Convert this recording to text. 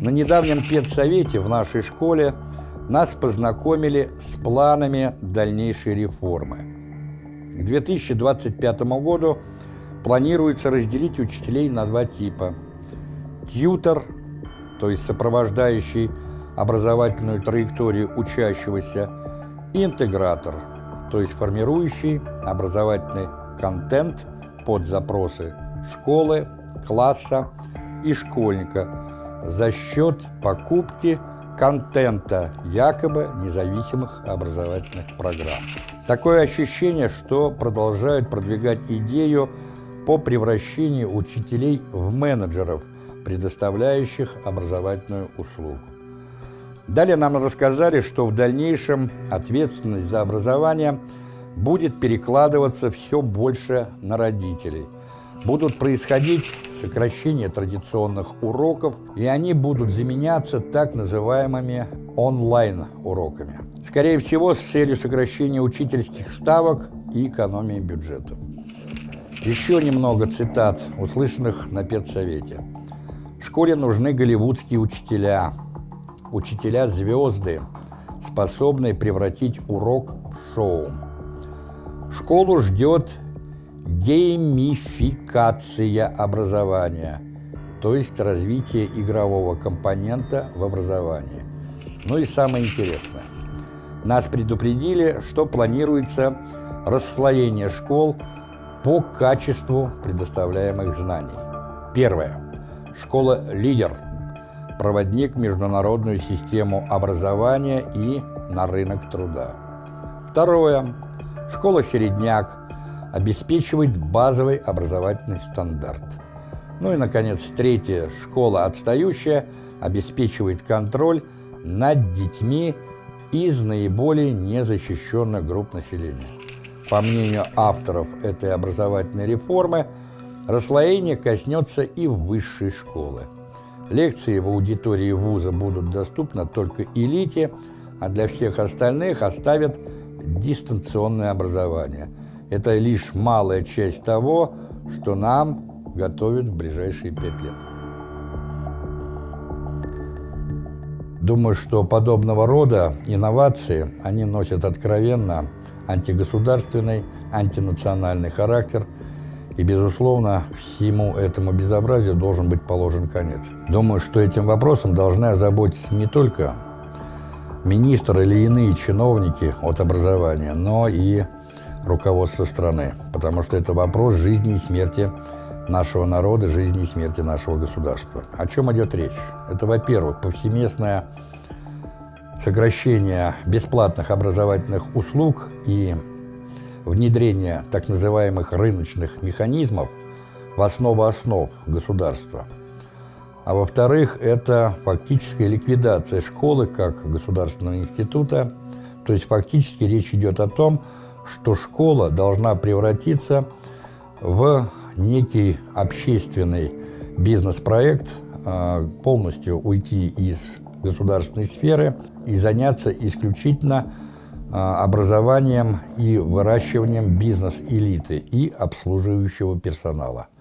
На недавнем педсовете в нашей школе нас познакомили с планами дальнейшей реформы. К 2025 году планируется разделить учителей на два типа. Тьютор, то есть сопровождающий образовательную траекторию учащегося, и интегратор, то есть формирующий образовательный контент под запросы школы, класса и школьника за счет покупки контента якобы независимых образовательных программ. Такое ощущение, что продолжают продвигать идею по превращению учителей в менеджеров, предоставляющих образовательную услугу. Далее нам рассказали, что в дальнейшем ответственность за образование будет перекладываться все больше на родителей. Будут происходить сокращения традиционных уроков, и они будут заменяться так называемыми онлайн-уроками. Скорее всего, с целью сокращения учительских ставок и экономии бюджета. Еще немного цитат, услышанных на педсовете. Школе нужны голливудские учителя, учителя-звезды, способные превратить урок в шоу. Школу ждет геймификация образования, то есть развитие игрового компонента в образовании. Ну и самое интересное. Нас предупредили, что планируется расслоение школ по качеству предоставляемых знаний. Первое. Школа-лидер, проводник в международную систему образования и на рынок труда. Второе. Школа-середняк, обеспечивает базовый образовательный стандарт. Ну и, наконец, третье. Школа отстающая, обеспечивает контроль над детьми из наиболее незащищенных групп населения. По мнению авторов этой образовательной реформы, расслоение коснется и высшей школы. Лекции в аудитории вуза будут доступны только элите, а для всех остальных оставят дистанционное образование. Это лишь малая часть того, что нам готовят в ближайшие 5 лет. Думаю, что подобного рода инновации, они носят откровенно антигосударственный, антинациональный характер, и, безусловно, всему этому безобразию должен быть положен конец. Думаю, что этим вопросом должны озаботиться не только министр или иные чиновники от образования, но и руководство страны, потому что это вопрос жизни и смерти нашего народа, жизни и смерти нашего государства. О чем идет речь? Это, во-первых, повсеместное сокращение бесплатных образовательных услуг и внедрение так называемых рыночных механизмов в основу основ государства. А во-вторых, это фактическая ликвидация школы как государственного института. То есть фактически речь идет о том, что школа должна превратиться в некий общественный бизнес-проект, полностью уйти из государственной сферы и заняться исключительно образованием и выращиванием бизнес-элиты и обслуживающего персонала.